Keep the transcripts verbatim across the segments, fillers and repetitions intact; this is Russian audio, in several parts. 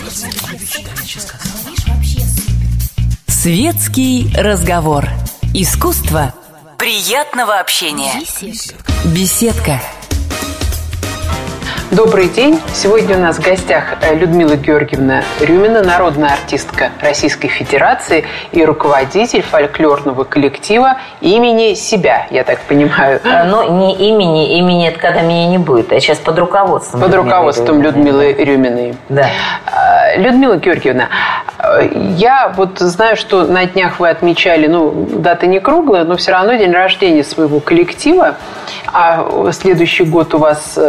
Светский разговор. Искусство приятного общения. Беседка. Добрый день. Сегодня у нас в гостях Людмила Георгиевна Рюмина, народная артистка Российской Федерации и руководитель фольклорного коллектива имени себя, я так понимаю. Ну, не имени, имени это когда меня не будет, а сейчас под руководством Под Людмилы руководством Людмилы Рюминой. Да. Людмила Георгиевна, я вот знаю, что на днях вы отмечали, ну, дата не круглая, но все равно день рождения своего коллектива, а следующий год у вас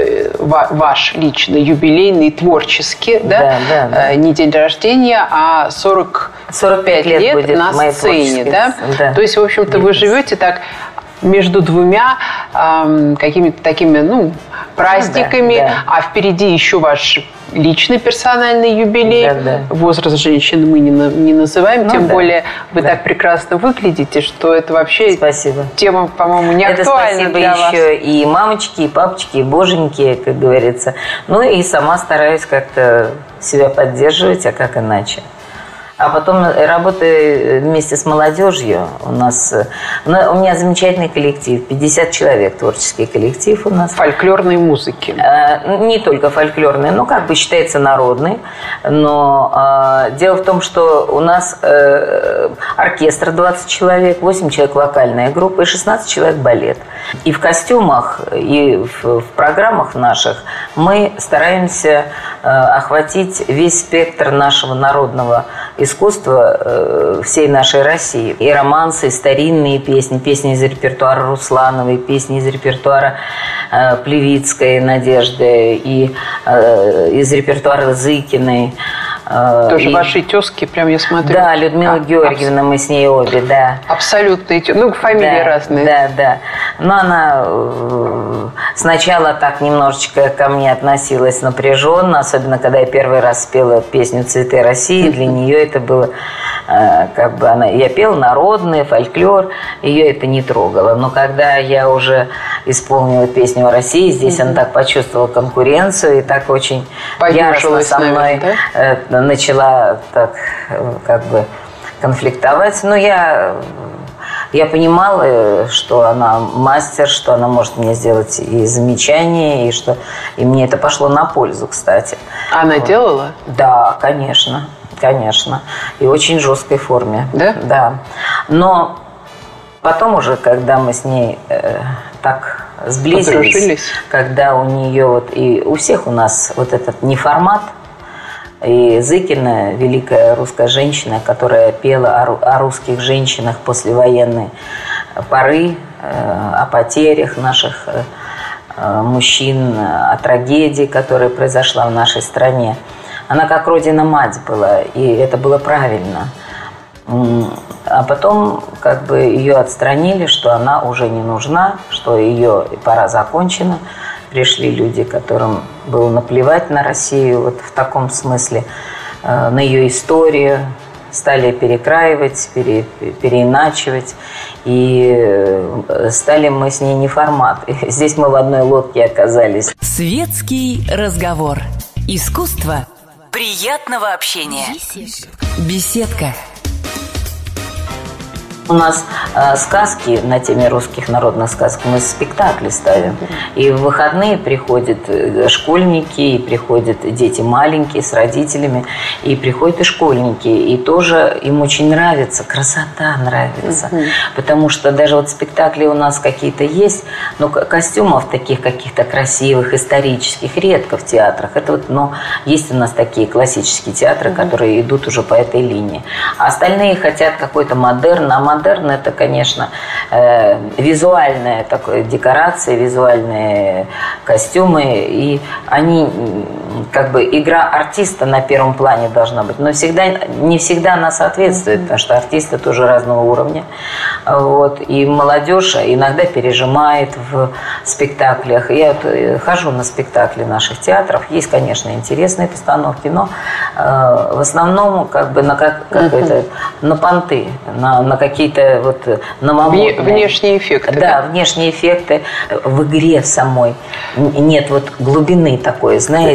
ваш лично юбилейный, творческий, да? Да, да, да. Не день рождения, а сорок, сорок пять лет, лет будет на сцене, да? да? То есть, в общем-то, вы живете так между двумя эм, какими-то такими, ну, праздниками, да, да. А впереди еще ваш личный персональный юбилей. Да, да. Возраст женщин мы не, не называем, ну, тем да. более вы да. так прекрасно выглядите, что это вообще спасибо. Тема, по-моему, не это актуальна для вас. Это спасибо еще и мамочки, и папочки, и боженьки, как говорится. Ну и сама стараюсь как-то себя поддерживать, а как иначе. А потом работаю вместе с молодежью. У нас, у меня замечательный коллектив, пятьдесят человек, творческий коллектив у нас. Фольклорной музыки. Не только фольклорной, но как бы считается народной. Но дело в том, что у нас оркестр двадцать человек, восемь человек вокальная группа и шестнадцать человек балет. И в костюмах, и в, в программах наших мы стараемся охватить весь спектр нашего народного искусства э, всей нашей России. И романсы, и старинные песни, песни из репертуара Руслановой, песни из репертуара э, Плевицкой Надежды, и э, из репертуара Зыкиной. Э, Тоже и... ваши тезки, прям я смотрю. Да, Людмила а, Георгиевна, абс... мы с ней обе, да. Абсолютно. Ну, фамилии да, разные. Да, да. Но она э, сначала так немножечко ко мне относилась напряженно, особенно когда я первый раз спела песню «Цветы России». Для нее это было э, как бы она... Я пела народный, фольклор, ее это не трогало. Но когда я уже исполнила песню о России, здесь mm-hmm. она так почувствовала конкуренцию и так очень яростно со мной, наверное, да? э, начала так как бы конфликтовать. Но я... Я понимала, что она мастер, что она может мне сделать и замечания, и что и мне это пошло на пользу, кстати. Она вот. Делала? Да, конечно, конечно. И в очень жесткой форме. Да? Да. Но потом уже, когда мы с ней э, так сблизились, подружились. Когда у нее вот и у всех у нас вот этот неформат. И Зыкина, великая русская женщина, которая пела о русских женщинах послевоенной поры, о потерях наших мужчин, о трагедии, которая произошла в нашей стране. Она как родина-мать была, и это было правильно. А потом как бы ее отстранили, что она уже не нужна, что ее пора закончена. Пришли люди, которым было наплевать на Россию, вот в таком смысле, э, на ее историю, стали перекраивать, пере, переиначивать, и стали мы с ней не формат. И здесь мы в одной лодке оказались. Светский разговор. Искусство приятного общения. Беседка. У нас э, сказки на теме русских народных сказок, мы спектакли ставим. И в выходные приходят школьники, и приходят дети маленькие с родителями, и приходят и школьники. И тоже им очень нравится, красота нравится. Mm-hmm. Потому что даже вот спектакли у нас какие-то есть, но костюмов таких каких-то красивых, исторических редко в театрах. Это вот, ну, есть у нас такие классические театры, mm-hmm. которые идут уже по этой линии. А остальные хотят какой-то модерн, а модерн – это, конечно, э, визуальная такая декорация, визуальные костюмы, и они, как бы, игра артиста на первом плане должна быть, но всегда, не всегда она соответствует, потому что артисты тоже разного уровня. Вот. И молодежь иногда пережимает в спектаклях. Я вот хожу на спектакли наших театров, есть, конечно, интересные постановки, но э, в основном как бы на, как, как uh-huh. это, на понты, на, на какие какие-то вот новомодные. Внешние эффекты. Да, да, внешние эффекты. В игре самой нет вот глубины такой, знаете. Людмила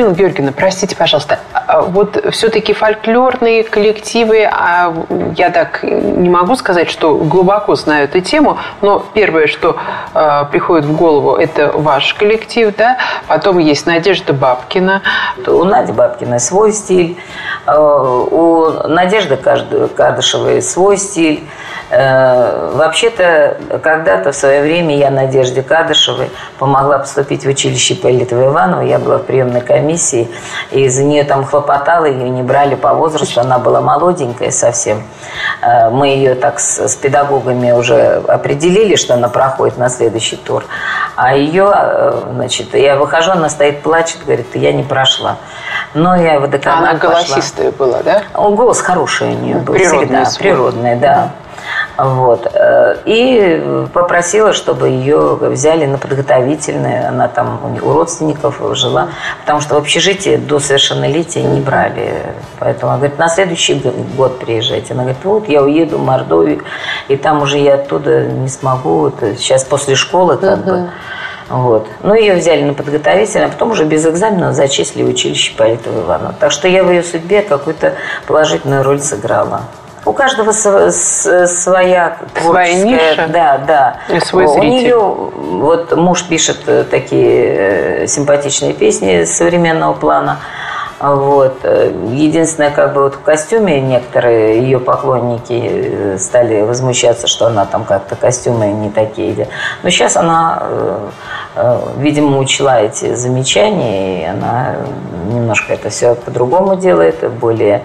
Людмила Георгиевна, простите, пожалуйста, вот все-таки фольклорные коллективы, а я так не могу сказать, что глубоко знаю эту тему, но первое, что э, приходит в голову, это ваш коллектив, да? Потом есть Надежда Бабкина. У Нади Бабкиной свой стиль, у Надежды Кадышевой свой стиль. Вообще-то, когда-то в свое время я Надежде Кадышевой помогла поступить в училище Ипполитова Иванова. Я была в приемной комиссии, и за нее там хлопотала, ее не брали по возрасту, она была молоденькая совсем. Мы ее так с, с педагогами уже определили, что она проходит на следующий тур. А ее, значит, я выхожу, она стоит, плачет, говорит, я не прошла. Но я в деканат Она голосистая пошла. была, да? Голос хороший у нее был. Природный всегда, свой. природный, да. Вот. И попросила, чтобы ее взяли на подготовительное. Она там у родственников жила. Потому что в общежитии до совершеннолетия не брали. Поэтому она говорит, на следующий год приезжайте. Она говорит, вот я уеду в Мордовию, и там уже я оттуда не смогу. Это сейчас после школы как uh-huh. бы. Вот. Ну, ее взяли на подготовительное, а потом уже без экзамена зачислили в училище Ипполитова Иванова. Так что я в ее судьбе какую-то положительную роль сыграла. У каждого своя своя ниша, да, да. И свой зритель. У нее вот муж пишет такие симпатичные песни современного плана. Вот. Единственное, как бы вот в костюме некоторые ее поклонники стали возмущаться, что она там как-то костюмы не такие идет. Но сейчас она, видимо, учла эти замечания, и она немножко это все по-другому делает, более...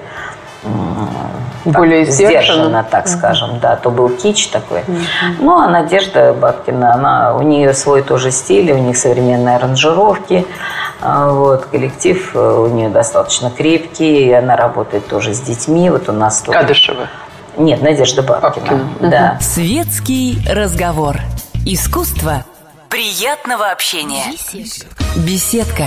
более так, сдержанно, так uh-huh. скажем, да, то был кич такой. Uh-huh. Ну, а Надежда Бабкина, она, у нее свой тоже стиль, у них современные аранжировки, вот, коллектив у нее достаточно крепкий, она работает тоже с детьми, вот у нас тут... Кадышева? Нет, Надежда Бабкина, Бабкина. Да. Uh-huh. Светский разговор. Искусство приятного общения. Беседка. Беседка.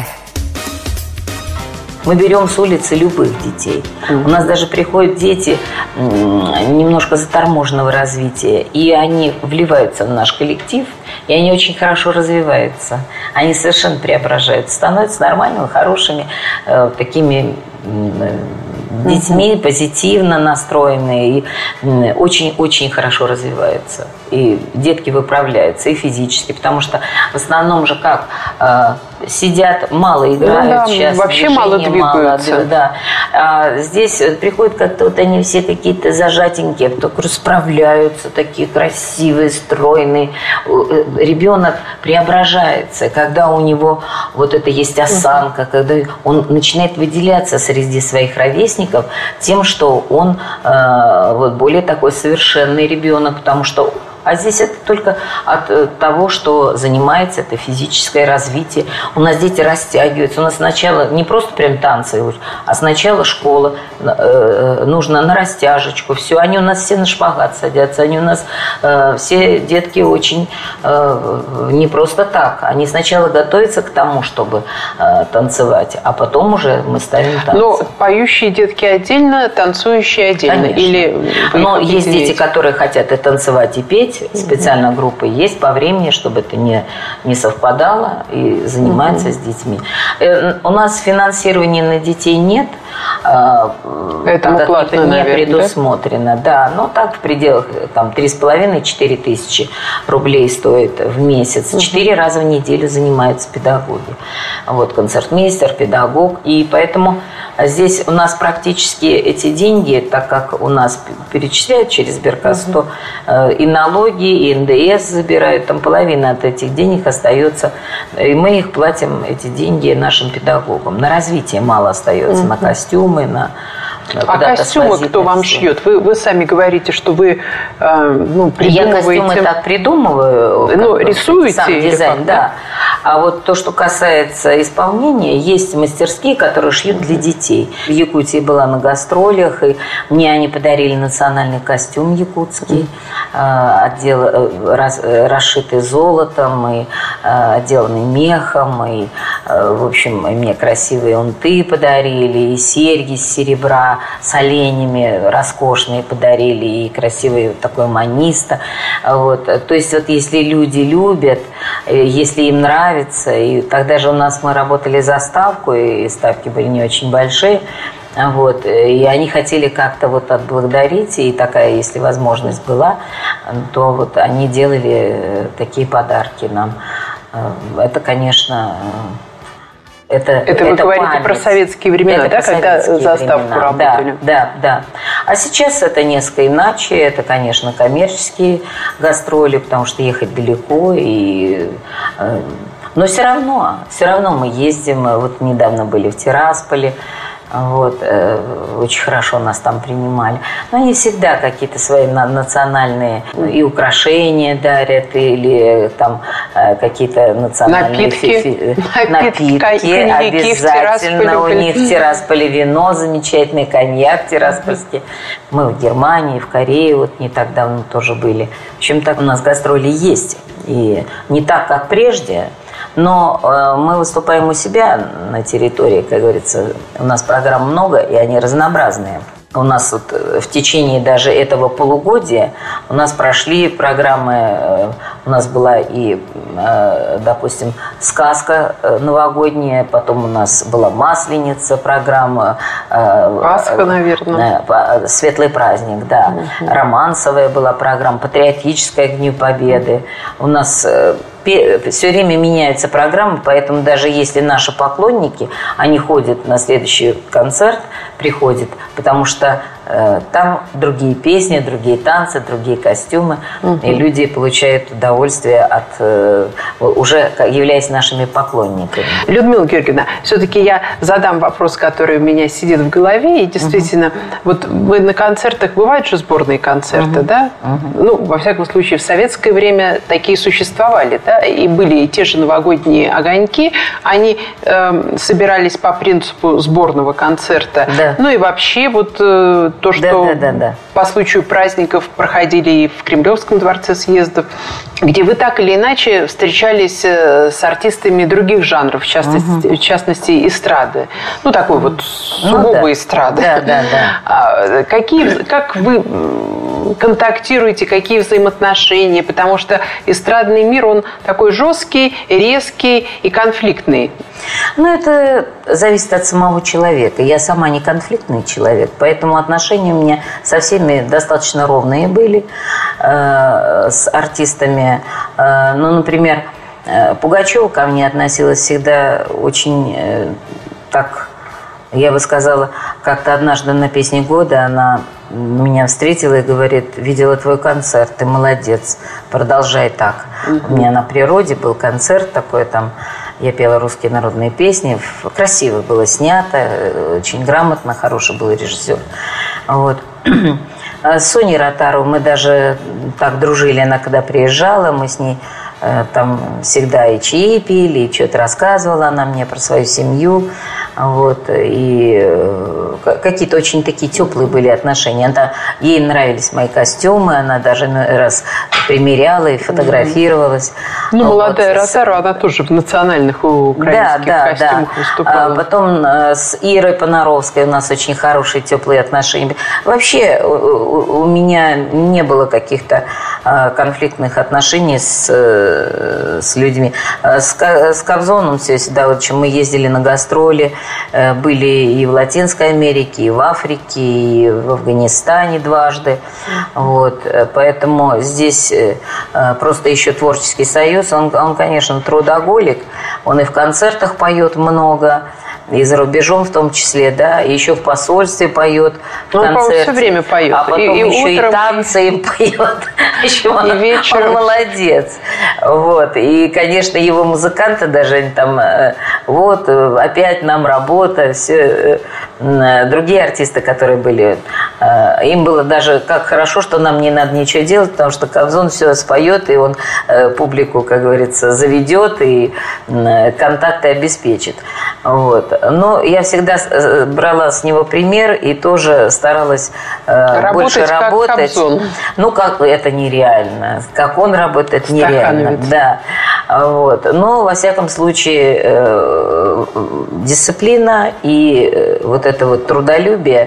Мы берем с улицы любых детей. Mm-hmm. У нас даже приходят дети немножко заторможенного развития, и они вливаются в наш коллектив, и они очень хорошо развиваются. Они совершенно преображаются, становятся нормальными, хорошими, э, такими э, детьми, mm-hmm. позитивно настроенные, и очень-очень хорошо развиваются. И детки выправляются, и физически, потому что в основном же как... Э, сидят, мало играют, ну, да, сейчас вообще мало двигаются. Мало, да. А здесь приходят как-то вот они все какие-то зажатенькие, только расправляются, такие красивые, стройные. Ребенок преображается, когда у него вот это есть осанка, когда он начинает выделяться среди своих ровесников тем, что он э, вот более такой совершенный ребенок, потому что а здесь это только от того, что занимается, это физическое развитие. У нас дети растягиваются. У нас сначала не просто прям танцы, а сначала школа. Э, нужно на растяжечку. Все, они у нас все на шпагат садятся. Они у нас э, все детки очень э, не просто так. Они сначала готовятся к тому, чтобы э, танцевать, а потом уже мы ставим танцы. Но поющие детки отдельно, танцующие отдельно? Конечно. Или но есть дети, которые хотят и танцевать, и петь. Специально группы есть по времени, чтобы это не, не совпадало, и занимаются mm-hmm. с детьми. У нас финансирования на детей нет. Поэтому так платно, не наверное, предусмотрено. Да? Да, но так в пределах там, три с половиной - четыре тысячи рублей стоит в месяц. Четыре mm-hmm. раза в неделю занимаются педагоги. Вот, концертмейстер, педагог. И поэтому здесь у нас практически эти деньги, так как у нас перечисляют через сберкассу, mm-hmm. и налоги, и эн дэ эс забирают, там половина от этих денег остается. И мы их платим, эти деньги, нашим педагогам. На развитие мало остается, mm-hmm. на костюмы, на... А костюмы кто вам шьет? Вы, вы сами говорите, что вы э, ну, придумываете... Я костюмы так придумываю. Ну, рисуете? Сам дизайн, как, да. да. А вот то, что касается исполнения, есть мастерские, которые шьют для детей. В Якутии была на гастролях, и мне они подарили национальный костюм якутский. отдел, рас, расшитый золотом и отделанный мехом, и, в общем, мне красивые унты подарили, и серьги из серебра с оленями роскошные подарили, и красивый такой маниста. Вот. То есть вот если люди любят, если им нравится, и тогда же у нас мы работали за ставку, и ставки были не очень большие, вот, и они хотели как-то вот отблагодарить, и такая, если возможность была, то вот они делали такие подарки нам. Это, конечно... Это, это вы это говорите память. Про советские времена, это да, когда за ставку работали? Да, да, да. А сейчас это несколько иначе. Это, конечно, коммерческие гастроли, потому что ехать далеко. И, но все равно, все равно мы ездим. Вот недавно были в Тирасполе. Вот, э, очень хорошо нас там принимали. Но они всегда какие-то свои национальные и украшения дарят, или там э, какие-то национальные напитки, фи- фи- напитки. напитки. Обязательно у них в Тирасполе вино замечательное, коньяк тираспольский. Мы в Германии, в Корее вот не так давно тоже были. В общем, так у нас гастроли есть. И не так, как прежде. Но э, мы выступаем у себя на территории, как говорится, у нас программ много, и они разнообразные. У нас вот в течение даже этого полугодия у нас прошли программы, у нас была и, допустим, сказка новогодняя, потом у нас была Масленица программа. Пасха, наверное. Светлый праздник, да. Угу. Романсовая была программа, патриотическая к Дню Победы. У нас все время меняются программы, поэтому даже если наши поклонники, они ходят на следующий концерт, приходят, потому что э, там другие песни, другие танцы, другие костюмы, угу. и люди получают удовольствие от э, уже являясь нашими поклонниками. Людмила Георгиевна, все-таки я задам вопрос, который у меня сидит в голове, и действительно, угу. вот вы на концертах, бывают же сборные концерты, угу. да? Угу. Ну, во всяком случае, в советское время такие существовали, да, и были и те же новогодние огоньки, они э, собирались по принципу сборного концерта. Да. Ну и вообще вот э, то, что да, да, да, да. по случаю праздников проходили и в Кремлевском дворце съездов, где вы так или иначе встречались с артистами других жанров, в частности, угу. в частности эстрады. Ну, такой вот сугубо ну, да. эстрады. Да, да, да. А, какие, как вы контактируете, какие взаимоотношения? Потому что эстрадный мир, он такой жесткий, резкий и конфликтный. Ну, это зависит от самого человека. Я сама не конфликтный человек, поэтому отношения у меня со всеми достаточно ровные были, э, с артистами. Э, ну, например, э, Пугачева ко мне относилась всегда очень э, так, я бы сказала, как-то однажды на «Песне года» она меня встретила и говорит: видела твой концерт, ты молодец, продолжай так. Mm-hmm. У меня на природе был концерт такой там. Я пела русские народные песни. Красиво было снято, очень грамотно, хороший был режиссер. Вот. С Соней Ротару мы даже так дружили. Она когда приезжала, мы с ней там всегда и чаи пили, и что-то рассказывала она мне про свою семью. Вот, и какие-то очень такие теплые были отношения. Она, ей нравились мои костюмы, она даже раз примеряла и фотографировалась. Ну, вот. Молодая Ротару, она тоже в национальных украинских да, да, костюмах да. выступала. А потом с Ирой Понаровской у нас очень хорошие теплые отношения. Вообще у, у меня не было каких-то конфликтных отношений с, с людьми. С, с Кобзоном все всегда, вот, чем мы ездили на гастроли, были и в Латинской Америке, и в Африке, и в Афганистане дважды. Вот. Поэтому здесь просто еще творческий союз. Он, он, конечно, трудоголик. Он и в концертах поет много, и за рубежом в том числе, да, и еще в посольстве поет в он, концерте. все время поет. А потом и, и еще утром, и танцы им поет. Еще он, и вечером. Он молодец. Вот. И, конечно, его музыканты даже там, вот, опять нам работа, все. другие артисты, которые были, им было даже как хорошо, что нам не надо ничего делать, потому что Кобзон все споет, и он публику, как говорится, заведет и контакты обеспечит. Вот. Но я всегда брала с него пример и тоже старалась работать больше работать. Как Кобзон. Ну, как это нереально. Как он работает, нереально. Да. Вот. Но, во всяком случае, дисциплина и вот это вот трудолюбие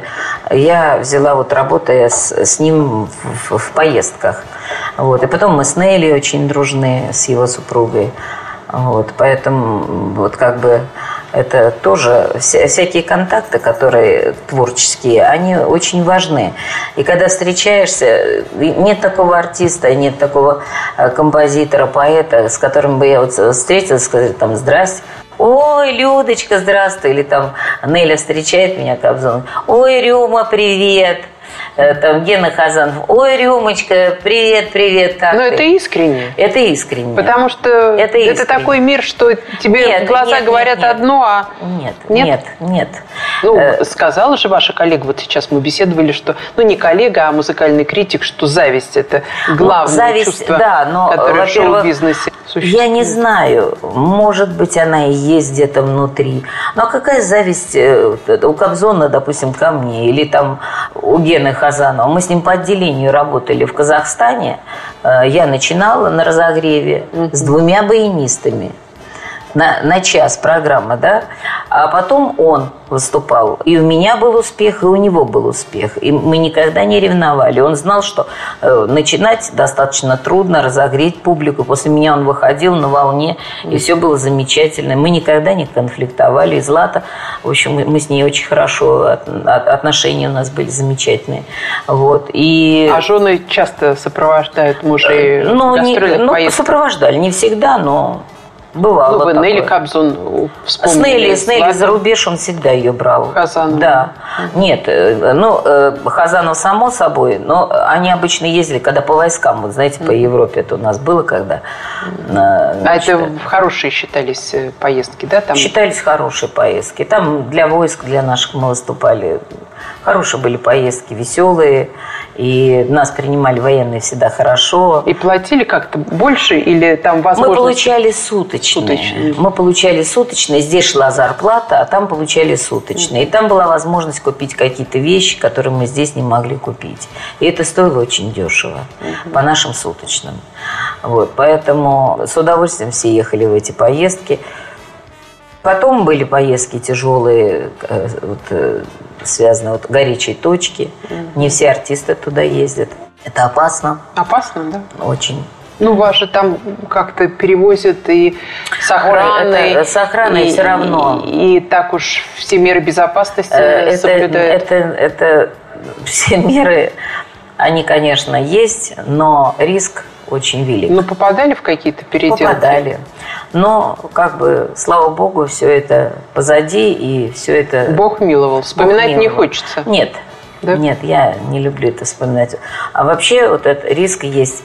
я взяла, вот работая с, с ним в, в поездках. Вот. И потом мы с Нелли очень дружны, с его супругой. Вот. Поэтому вот как бы это тоже вся, всякие контакты, которые творческие, они очень важны. И когда встречаешься, нет такого артиста, нет такого композитора, поэта, с которым бы я вот встретилась, сказать там «Здрасте». Ой, Людочка, здравствуй. Или там Неля встречает меня, Кобзон. Ой, Рюма, привет. Там Гена Хазанов. Ой, Рюмочка, привет, привет, как Но ты? это искренне. Это искренне. Потому что это, это такой мир, что тебе нет, глаза нет, говорят нет, одно, а... Нет, нет, нет. нет. Ну, э... сказала же ваша коллега, вот сейчас мы беседовали, что, ну, не коллега, а музыкальный критик, что зависть – это главное ну, зависть, чувство, да, но, которое в шоу-бизнесе существует. Я не знаю, может быть, она и есть где-то внутри. Но какая зависть у Кобзона, допустим, ко мне, или там у Гены Хазанова. Мы с ним по отделению работали в Казахстане. Я начинала на разогреве с двумя баянистами. На, на час программа, да, а потом он выступал. И у меня был успех, и у него был успех. И мы никогда не ревновали. Он знал, что э, начинать достаточно трудно, разогреть публику. После меня он выходил на волне, и все было замечательно. Мы никогда не конфликтовали. И Злата, в общем, мы, мы с ней очень хорошо, от, от, отношения у нас были замечательные. Вот. И... А жены часто сопровождают мужей ну, в гастрольных не, поездках? Ну, сопровождали, не всегда, но... Бывало. Ну, вы такое. Нелли Кобзон вспомнили. С Нелли, с Нелли за рубеж он всегда ее брал. Хазанов. Да. Угу. Нет, ну, Хазанов само собой, но они обычно ездили, когда по войскам, вот знаете, по Европе это у нас было, когда... Значит, а это хорошие считались поездки, да? Там... Считались хорошие поездки. Там для войск, для наших мы выступали. Хорошие были поездки, веселые. И нас принимали военные всегда хорошо. И платили как-то больше или там возможность? Мы получали суточные. суточные. Мы получали суточные. Здесь шла зарплата, а там получали суточные. И там была возможность купить какие-то вещи, которые мы здесь не могли купить. И это стоило очень дешево uh-huh. по нашим суточным. Вот. Поэтому с удовольствием все ехали в эти поездки. Потом были поездки тяжелые, вот, связанные вот горячие точки. Mm-hmm. Не все артисты туда ездят. Это опасно. Опасно, да? Очень. Ну, вас же там как-то перевозят и с охраной. Ой, это, с охраной и, все равно. И, и так уж все меры безопасности это, соблюдают. Это, это все меры, они, конечно, есть, но риск очень велик. Ну, попадали в какие-то переделки? Попадали. Но, как бы, слава богу, все это позади, и все это... Бог миловал. Вспоминать Бог миловал. Не хочется? Нет. Да? Нет, я не люблю это вспоминать. А вообще, вот этот риск есть.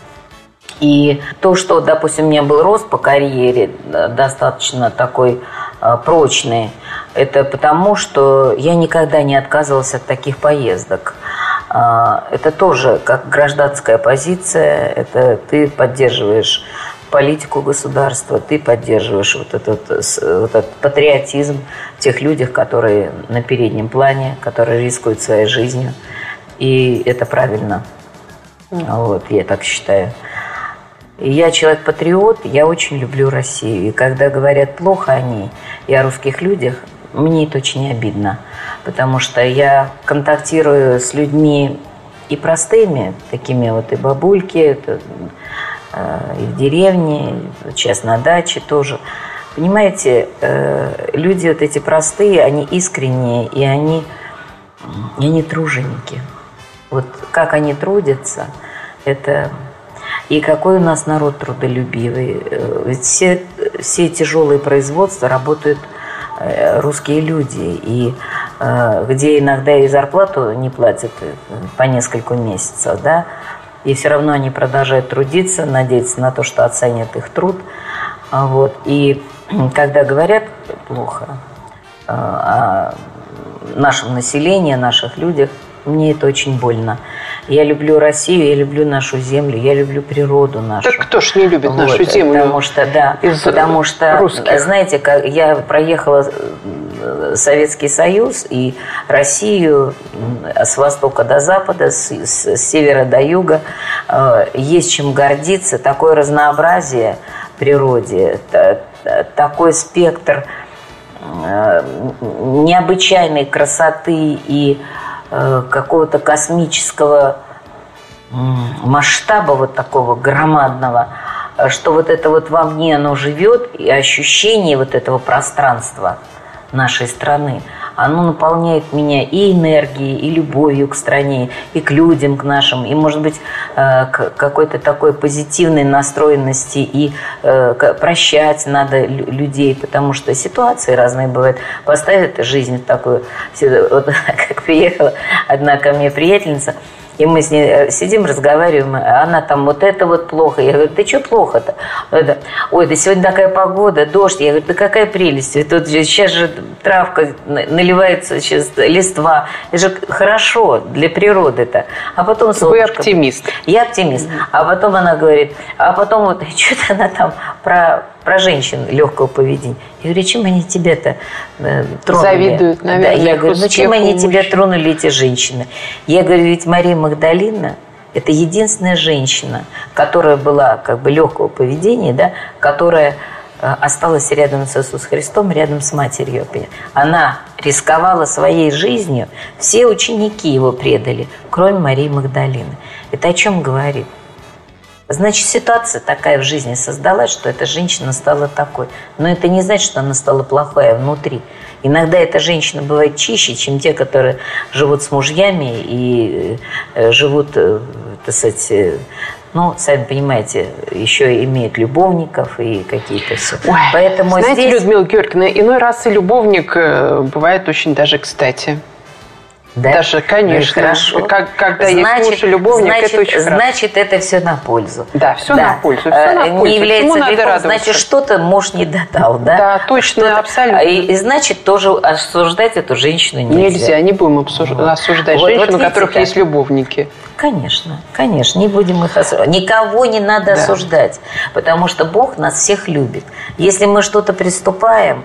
И то, что, допустим, у меня был рост по карьере достаточно такой э, прочный, это потому, что я никогда не отказывалась от таких поездок. Это тоже как гражданская позиция, это ты поддерживаешь политику государства, ты поддерживаешь вот этот, вот этот патриотизм в тех людях, которые на переднем плане, которые рискуют своей жизнью. И это правильно. Вот, я так считаю. И я человек-патриот, я очень люблю Россию. И когда говорят плохо о ней и о русских людях, мне это очень обидно. Потому что я контактирую с людьми и простыми, такими вот и бабульки, это, э, и в деревне, и сейчас на даче тоже. Понимаете, э, люди вот эти простые, они искренние, и они, и они труженики. Вот как они трудятся, это... И какой у нас народ трудолюбивый. Ведь все, все тяжелые производства работают русские люди, и э, где иногда и зарплату не платят по несколько месяцев, да, и все равно они продолжают трудиться, надеяться на то, что оценят их труд. Вот. И когда говорят плохо, э, нашем населении, наших людях, мне это очень больно. Я люблю Россию, я люблю нашу землю, я люблю природу нашу. Так кто ж не любит вот, нашу землю? Потому что, да, потому что, русских. Знаете, как я проехала Советский Союз и Россию с востока до запада, с, с севера до юга. Есть чем гордиться, такое разнообразие в природе, такой спектр необычайной красоты и какого-то космического масштаба, вот такого громадного, что вот это вот во мне оно живет, и ощущение вот этого пространства нашей страны, оно наполняет меня и энергией, и любовью к стране, и к людям, к нашим, и, может быть, к какой-то такой позитивной настроенности, и прощать надо людей, потому что ситуации разные бывают. Поставит жизнь в такую... Вот как приехала одна ко мне приятельница, и мы с ней сидим, разговариваем, а она там вот это вот плохо. Я говорю, да что плохо-то? Ой, да сегодня такая погода, дождь. Я говорю, да какая прелесть. Тут сейчас же травка наливается, сейчас листва. Это же хорошо для природы-то. А потом солнышко. Вы оптимист. Я оптимист. А потом она говорит, а потом вот что-то она там про... про женщин легкого поведения. Я говорю, чем они тебя-то э, тронули? Завидуют, наверное. Да, я говорю, ну чем они тебя тронули, эти женщины? Я говорю, ведь Мария Магдалина – это единственная женщина, которая была как бы легкого поведения, да, которая э, осталась рядом с Иисусом Христом, рядом с матерью. Она рисковала своей жизнью, все ученики его предали, кроме Марии Магдалины. Это о чем говорит? Значит, ситуация такая в жизни создалась, что эта женщина стала такой. Но это не значит, что она стала плохая внутри. Иногда эта женщина бывает чище, чем те, которые живут с мужьями и живут, так сказать, ну, сами понимаете, еще имеют любовников и какие-то все. Ой, Поэтому знаете, здесь... Людмила Георгиевна, иной раз и любовник бывает очень даже кстати. Да? Даже, конечно. Хорошо. Как, когда значит, есть муж и любовник, значит, это очень Значит, хорошо. Это все на пользу. Да, все да. на пользу. Все на пользу. Не является грехом, значит, что-то муж не додал. Да, да точно, что-то... абсолютно. И, и значит, тоже осуждать эту женщину нельзя. Нельзя, не будем обсуж... вот. осуждать вот, женщин, вот у которых как? Есть любовники. Конечно, конечно, не будем их осуждать. Никого не надо да. осуждать, потому что Бог нас всех любит. Если мы что-то приступаем,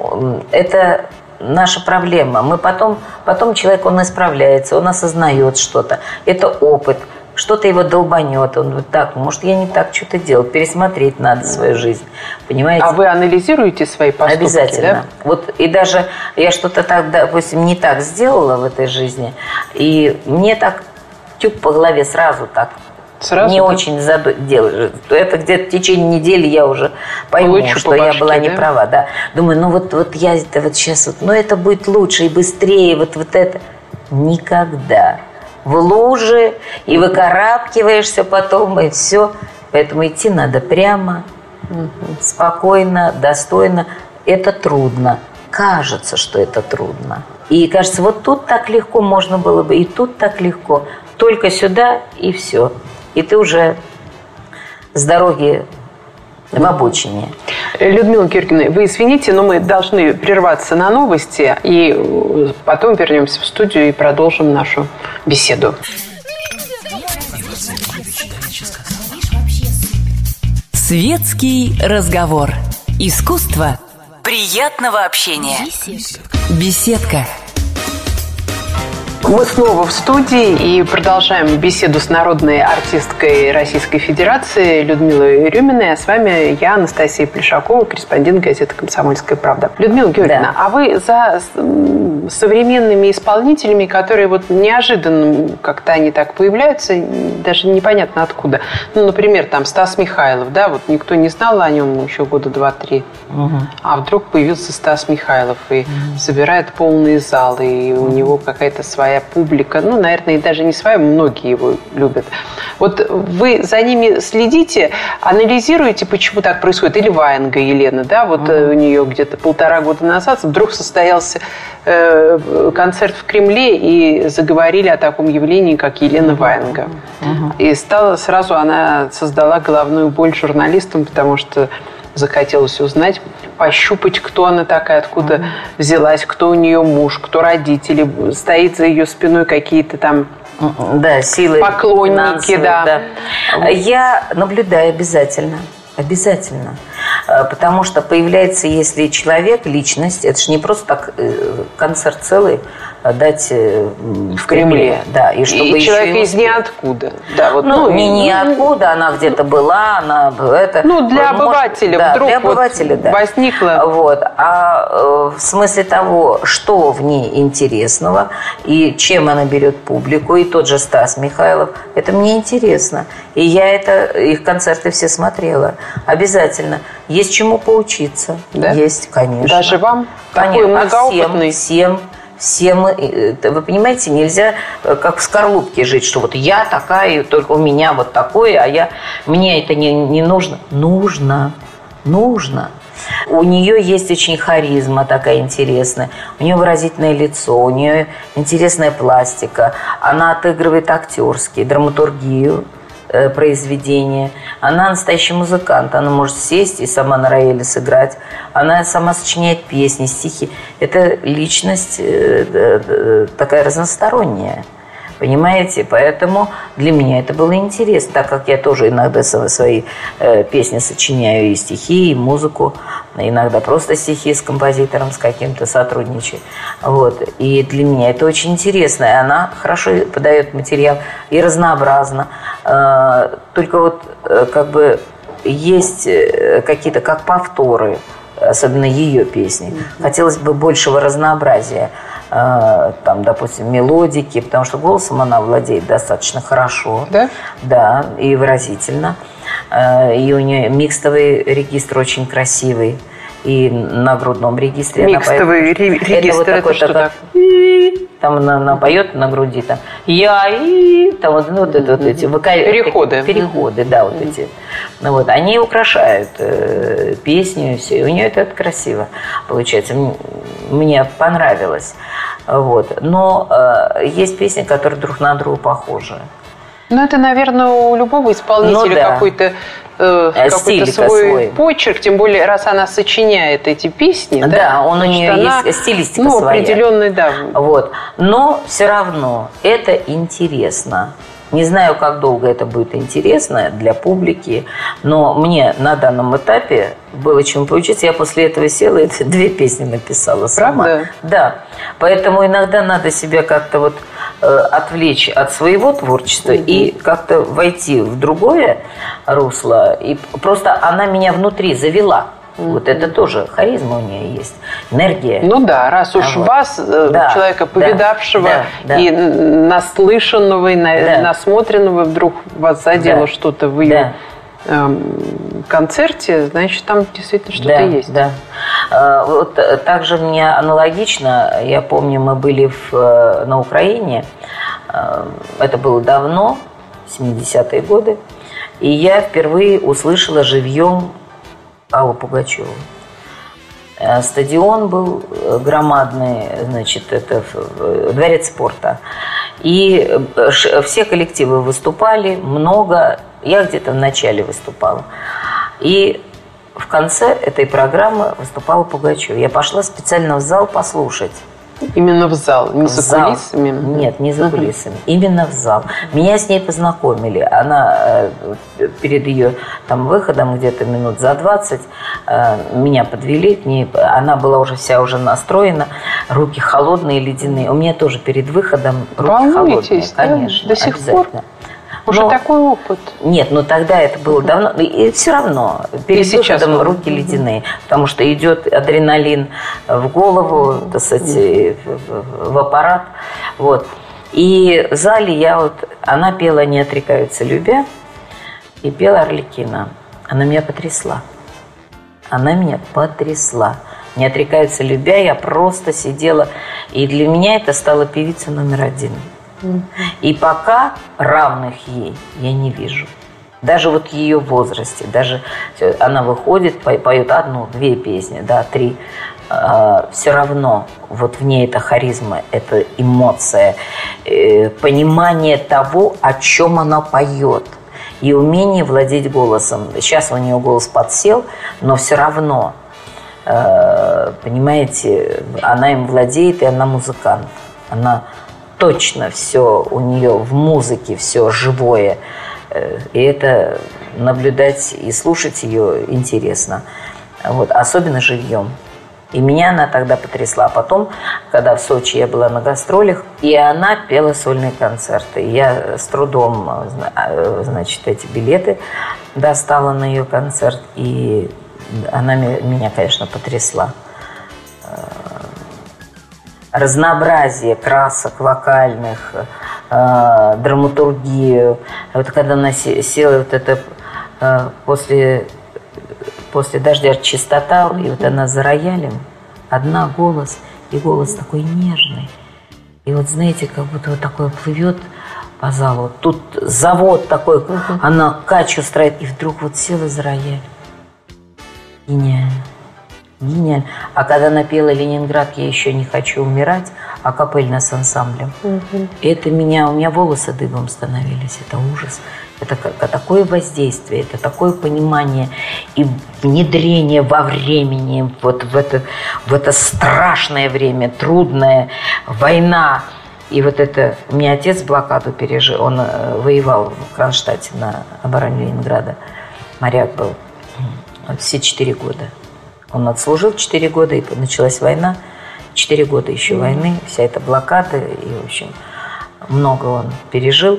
это... наша проблема. Мы потом, потом человек, он исправляется, он осознает что-то. Это опыт. Что-то его долбанет. Он вот так, может, я не так что-то делал. Пересмотреть надо свою жизнь. Понимаете? А вы анализируете свои поступки? Обязательно. Да? Вот, и даже я что-то так, допустим, не так сделала в этой жизни, и мне так тюк по голове сразу так. Сразу не так? Очень делаю. Это где-то в течение недели я уже пойму, Лучше что башке, я была да? не права. Да. Думаю, ну вот, вот я это вот сейчас, вот, ну это будет лучше и быстрее, вот, вот это. Никогда. В луже, и выкарабкиваешься потом, и все. Поэтому идти надо прямо, угу. спокойно, достойно. Это трудно. Кажется, что это трудно. И кажется, вот тут так легко можно было бы, и тут так легко. Только сюда, и все. И ты уже с дороги в обочине. Людмила Георгиевна, вы извините, но мы должны прерваться на новости, и потом вернемся в студию и продолжим нашу беседу. Светский разговор. Искусство приятного общения. Беседка. Мы снова в студии и продолжаем беседу с народной артисткой Российской Федерации Людмилой Рюминой. А с вами я, Анастасия Плешакова, корреспондент газеты «Комсомольская правда». Людмила Георгиевна, да. А вы за современными исполнителями, которые вот неожиданно как-то они так появляются, даже непонятно откуда. Ну, например, там Стас Михайлов, да, вот никто не знал о нем еще года два-три. Угу. А вдруг появился Стас Михайлов и угу. собирает полные залы, и у него какая-то своя публика, ну, наверное, и даже не своя, многие его любят. Вот вы за ними следите, анализируете, почему так происходит? Или Ваенга Елена, да, вот uh-huh. у нее где-то полтора года назад вдруг состоялся э, концерт в Кремле, и заговорили о таком явлении, как Елена uh-huh. Ваенга. Uh-huh. И стала сразу, она создала головную боль журналистам, потому что захотелось узнать, пощупать, кто она такая, откуда mm-hmm. взялась, кто у нее муж, кто родители, стоит за ее спиной какие-то там да, силы, поклонники. Да. Да. Я наблюдаю обязательно. Обязательно. Потому что появляется, если человек, личность, это же не просто так концерт целый дать в, в Кремле. Да, и чтобы и человек из ниоткуда. Да, вот, ну, ну, не ниоткуда, она где-то была, она это. Ну, для может, обывателя да, вдруг для обывателя, вот да. возникла. Вот. А в смысле того, что в ней интересного, и чем она берет публику, и тот же Стас Михайлов, это мне интересно. И я это, их концерты все смотрела. Обязательно. Есть чему поучиться. Да? Есть, конечно. Даже вам? Такой многоопытный. Всем, всем, всем. Вы понимаете, нельзя как в скорлупке жить, что вот я такая, только у меня вот такое, а я, мне это не, не нужно. Нужно. Нужно. У нее есть очень харизма такая интересная, у нее выразительное лицо, у нее интересная пластика, она отыгрывает актерский, драматургию произведения. Она настоящий музыкант. Она может сесть и сама на рояле сыграть. Она сама сочиняет песни, стихи. Это личность такая разносторонняя. Понимаете? Поэтому для меня это было интересно, так как я тоже иногда свои песни сочиняю, и стихи, и музыку. Иногда просто стихи с композитором, с каким-то сотрудничаю. Вот. И для меня это очень интересно. И она хорошо подает материал и разнообразно. Только вот как бы есть какие-то как повторы, особенно ее песни. Хотелось бы большего разнообразия. Там, допустим, мелодики, потому что голосом она владеет достаточно хорошо. Да? Да, и выразительно. И у нее микстовый регистр очень красивый. И на грудном регистре микстовый она поет. Регистр, это, вот такой, это что так? Там она, она поет на груди, там я и там вот, вот, это, вот эти вокали, переходы, переходы, да, вот эти, ну вот, они украшают э, песню, и все, и у нее это, это красиво получается. Мне понравилось, вот, но э, есть песни, которые друг на друга похожи. Ну это, наверное, у любого исполнителя ну, да. какой-то э, какой-то свой, свой почерк, тем более, раз она сочиняет эти песни. Да, да он у нее она, есть стилистика ну, своя. Определенный, да. Вот. Но все равно это интересно. Не знаю, как долго это будет интересно для публики, но мне на данном этапе было чему поучиться. Я после этого села и две песни написала сама. Правда? Да. Поэтому иногда надо себя как-то вот отвлечь от своего творчества mm-hmm. и как-то войти в другое русло. И просто она меня внутри завела. Mm-hmm. Вот это тоже харизма у нее есть, энергия. Ну да, раз уж вот. Вас, да, человека повидавшего да, да, и да. наслышанного, и да. насмотренного, вдруг вас задело да. что-то в ее да. эм, концерте, значит, там действительно что-то да, есть. Да. Вот также мне аналогично, я помню, мы были в, на Украине, это было давно, семидесятые годы, и я впервые услышала живьем Аллу Пугачеву. Стадион был громадный, значит, это дворец спорта. И все коллективы выступали, много, я где-то в начале выступала. И в конце этой программы выступала Пугачева. Я пошла специально в зал послушать. Именно в зал, не за зал. кулисами? Нет, не за кулисами, uh-huh. именно в зал. Меня с ней познакомили. Она перед ее там выходом где-то минут за двадцать меня подвели к ней. Она была уже вся уже настроена, руки холодные, ледяные. У меня тоже перед выходом руки Волнуетесь, холодные, конечно, до сих пор? Уже но, такой опыт. Нет, но тогда это было давно. И все равно перед и выходом руки ледяные. Потому что идет адреналин в голову, так сказать, в аппарат. Вот. И в зале я вот... Она пела «Не отрекаются любя» и пела «Арлекина». Она меня потрясла. Она меня потрясла. «Не отрекаются любя», я просто сидела. И для меня это стала певица номер один. И пока равных ей я не вижу. Даже вот в ее возрасте, даже она выходит, поет одну, две песни, да, три. Все равно вот в ней эта харизма, эта эмоция, понимание того, о чем она поет. и умение владеть голосом. Сейчас у нее голос подсел, но все равно, понимаете, она им владеет, и она музыкант. Она точно все у нее в музыке, все живое. И это наблюдать и слушать ее интересно. Вот, особенно живьем. И меня она тогда потрясла. Потом, когда в Сочи я была на гастролях, и она пела сольные концерты. Я с трудом, значит, эти билеты достала на ее концерт. И она меня, конечно, потрясла. Разнообразие красок вокальных, драматургию. Вот когда она села, вот это после... После дождя чистота, и вот она за роялем, одна голос, и голос такой нежный. И вот, знаете, как будто вот такое плывет по залу. Тут завод такой, uh-huh. она качу строит, и вдруг вот села за рояль. Гениально. Гениально. А когда напела «Ленинград, я еще не хочу умирать», акапельно с ансамблем, uh-huh. это меня, у меня волосы дыбом становились, это ужас. Это такое воздействие, это такое понимание и внедрение во времени, вот в это, в это страшное время, трудное, война. И вот это... У меня отец блокаду пережил, он воевал в Кронштадте на обороне Ленинграда. Моряк был. Вот все четыре года. Он отслужил четыре года, и началась война. Четыре года еще mm-hmm. войны, вся эта блокада, и, в общем, много он пережил.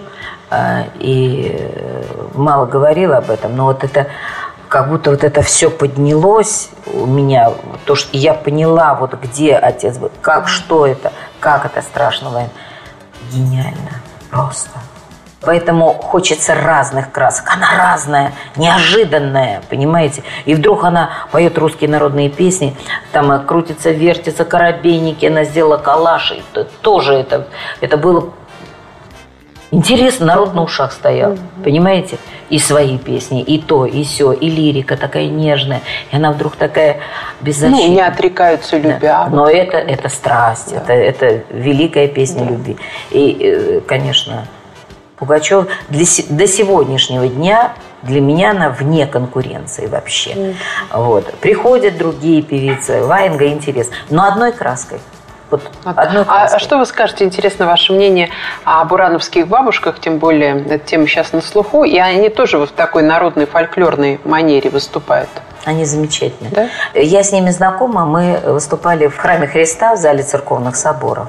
И мало говорил об этом, но вот это, как будто вот это все поднялось у меня, то, что я поняла, вот где отец был, как, что это, как это страшно война. Гениально, просто. Поэтому хочется разных красок. Она разная, неожиданная, понимаете? И вдруг она поет русские народные песни, там крутится, вертится, коробейники, она сделала коллаж, и тоже это, это было... Интересно, народ на ушах стоял, mm-hmm. понимаете? И свои песни, и то, и сё, и лирика такая нежная. И она вдруг такая беззащитная. Ну, не отрекаются, любя. Да. Но это, это страсть, да. это, это великая песня да. любви. И, конечно, Пугачёв для, до сегодняшнего дня для меня она вне конкуренции вообще. Mm-hmm. Вот. Приходят другие певицы, Ваенга интересно, но одной краской. Вот а, а что вы скажете, интересно ваше мнение о бурановских бабушках, тем более эта тема сейчас на слуху, и они тоже в такой народной фольклорной манере выступают? Они замечательные. Да? Я с ними знакома, мы выступали в храме Христа в зале церковных соборов,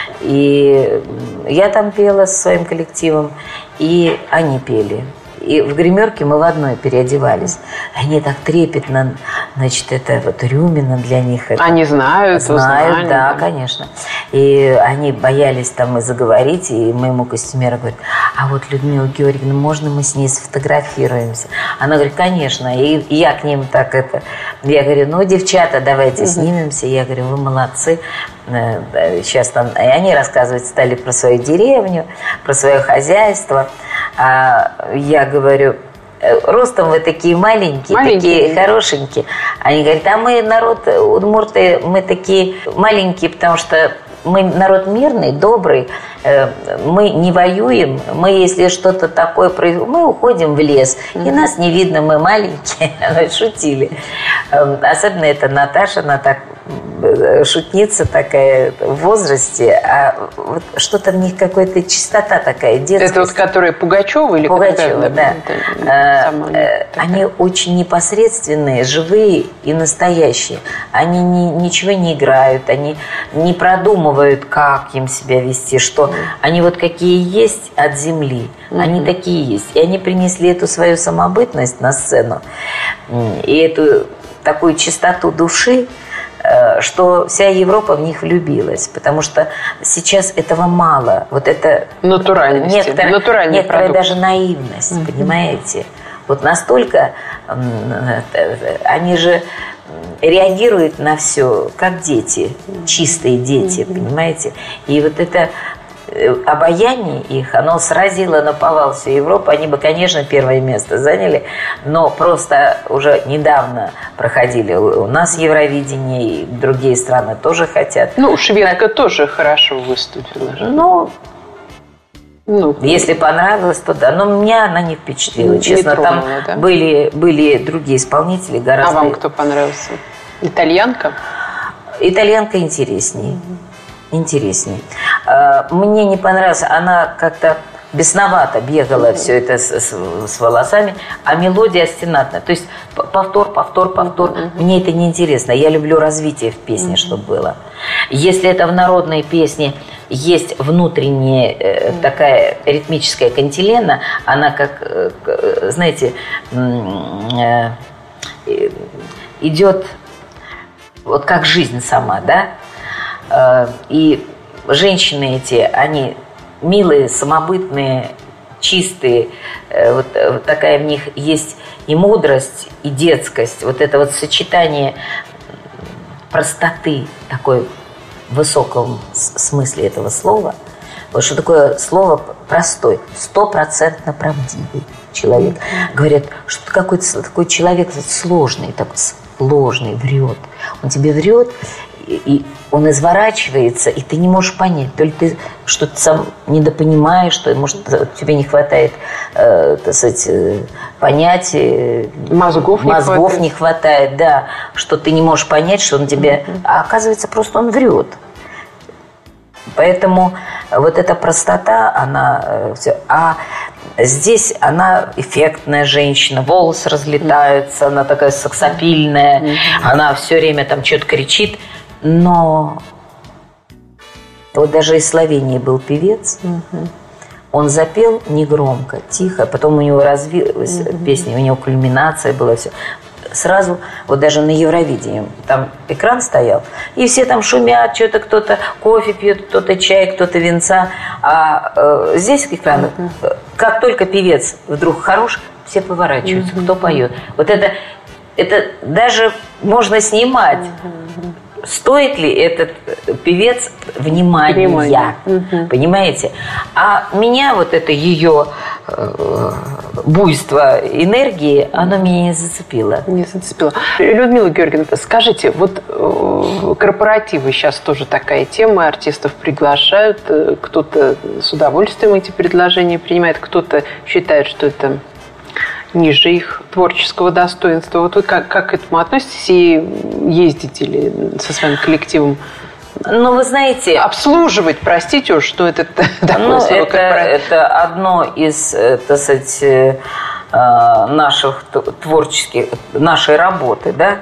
и я там пела со своим коллективом, и они пели. И в гримерке мы в одной переодевались. Они так трепетно, значит, это вот Рюмина для них. Это, они знают, знают, узнали, да, да, конечно. И они боялись там и заговорить, и моему костюмеру говорят, а вот Людмила Георгиевна, можно мы с ней сфотографируемся? Она говорит, конечно. И я к ним так это... Я говорю, ну, девчата, давайте угу. снимемся. Я говорю, вы молодцы. Сейчас там... И они рассказывать стали про свою деревню, про свое хозяйство. А я говорю, ростом вы такие маленькие, маленькие, такие хорошенькие. Они говорят, а мы народ удмурты, мы такие маленькие, потому что мы народ мирный, добрый, мы не воюем, мы, если что-то такое происходит, мы уходим в лес, и нас не видно, мы маленькие, шутили. Особенно это Наташа, она так шутница такая в возрасте, а вот что-то в них какая-то чистота такая, детскость. Это вот которые Пугачёва или Пугачёва, да. Это, а, они очень непосредственные, живые и настоящие. Они ни, ничего не играют, они не продумывают, как им себя вести, что они вот какие есть от земли, mm-hmm. они такие есть. И они принесли эту свою самобытность на сцену и эту такую чистоту души, что вся Европа в них влюбилась, потому что сейчас этого мало. Вот это некоторая, некоторая даже наивность, mm-hmm. понимаете? Вот настолько они же реагируют на все, как дети, чистые дети, mm-hmm. понимаете? И вот это обаяние их, оно сразило наповал всю Европу. Они бы, конечно, первое место заняли, но просто уже недавно проходили у нас Евровидение, и другие страны тоже хотят. Ну, шведка так... тоже хорошо выступила. Ну, Ну, если понравилось, то да. Но меня она не впечатлила, не честно. тронула, там да? были, были другие исполнители гораздо... А вам кто понравился? Итальянка? Итальянка интереснее. Mm-hmm. Интереснее. Мне не понравилось. Она как-то бесновато бегала, mm-hmm. все это с, с, с волосами, а мелодия остенатная. То есть повтор, повтор, повтор. Mm-hmm. Мне это не интересно. Я люблю развитие в песне, mm-hmm. чтобы было. Если это в народной песне есть внутренняя э, mm-hmm. такая ритмическая кантилена, она как, э, знаете, э, э, идет вот как жизнь сама, да? Э, и женщины эти, они милые, самобытные, чистые. Э, вот, вот такая в них есть и мудрость, и детскость. Вот это вот сочетание простоты такой в высоком смысле этого слова. Вот что такое слово простой, стопроцентно правдивый человек. Говорят, что какой-то такой человек сложный, такой сложный, врет. Он тебе врет, и он изворачивается, и ты не можешь понять, то ли ты что-то сам недопонимаешь, что, может, тебе не хватает, э, так сказать, понятий, мозгов, мозгов не, хватает. не хватает, да, что ты не можешь понять, что он тебе, mm-hmm. а оказывается, просто он врет. Поэтому вот эта простота, она все. А здесь она эффектная женщина, волосы разлетаются, она такая сексапильная, mm-hmm. она все время там что-то кричит. Но вот даже из Словении был певец, mm-hmm. он запел негромко, тихо, потом у него развилась mm-hmm. песня, у него кульминация была, все. Сразу, вот даже на Евровидении, там экран стоял, и все там шумят, что-то кто-то кофе пьет, кто-то чай, кто-то винца. А э, здесь экран, mm-hmm. как только певец вдруг хорош, все поворачиваются, mm-hmm. кто поет. Вот это, это даже можно снимать. Mm-hmm. Стоит ли этот певец внимания? Внимание. Угу. Понимаете? А меня вот это ее э, буйство энергии, оно меня не зацепило. Не зацепило. Людмила Георгиевна, скажите, вот э, корпоративы сейчас тоже такая тема, артистов приглашают, э, кто-то с удовольствием эти предложения принимает, кто-то считает, что это ниже их творческого достоинства. Вот вы как, как к этому относитесь и ездите ли со своим коллективом? Ну, вы знаете... Обслуживать, простите уж, что это такое ну, слово. Это, это одно из, так сказать, наших творческих, нашей работы, да.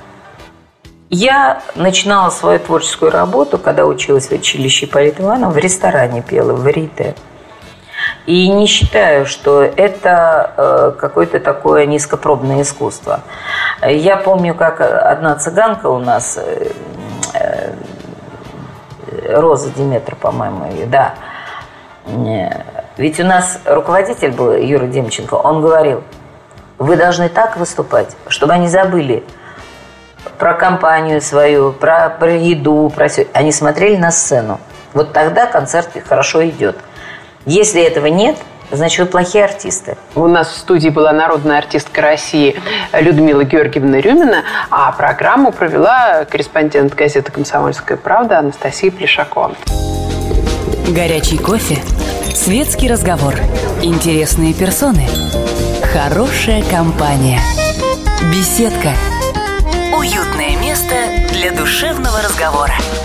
Я начинала свою творческую работу, когда училась в училище Ипполита Иванова, в ресторане пела, в Рите. И не считаю, что это э, какое-то такое низкопробное искусство. Я помню, как одна цыганка у нас, э, э, Роза Диметр, по-моему, ее, да. Ведь у нас руководитель был, Юра Демченко, он говорил, вы должны так выступать, чтобы они забыли про компанию свою, про, про еду, про все. Они смотрели на сцену. Вот тогда концерт хорошо идет. Если этого нет, значит, вы плохие артисты. У нас в студии была народная артистка России Людмила Георгиевна Рюмина, а программу провела корреспондент газеты «Комсомольская правда» Анастасия Плешакова. Горячий кофе, светский разговор, интересные персоны, хорошая компания, беседка, уютное место для душевного разговора.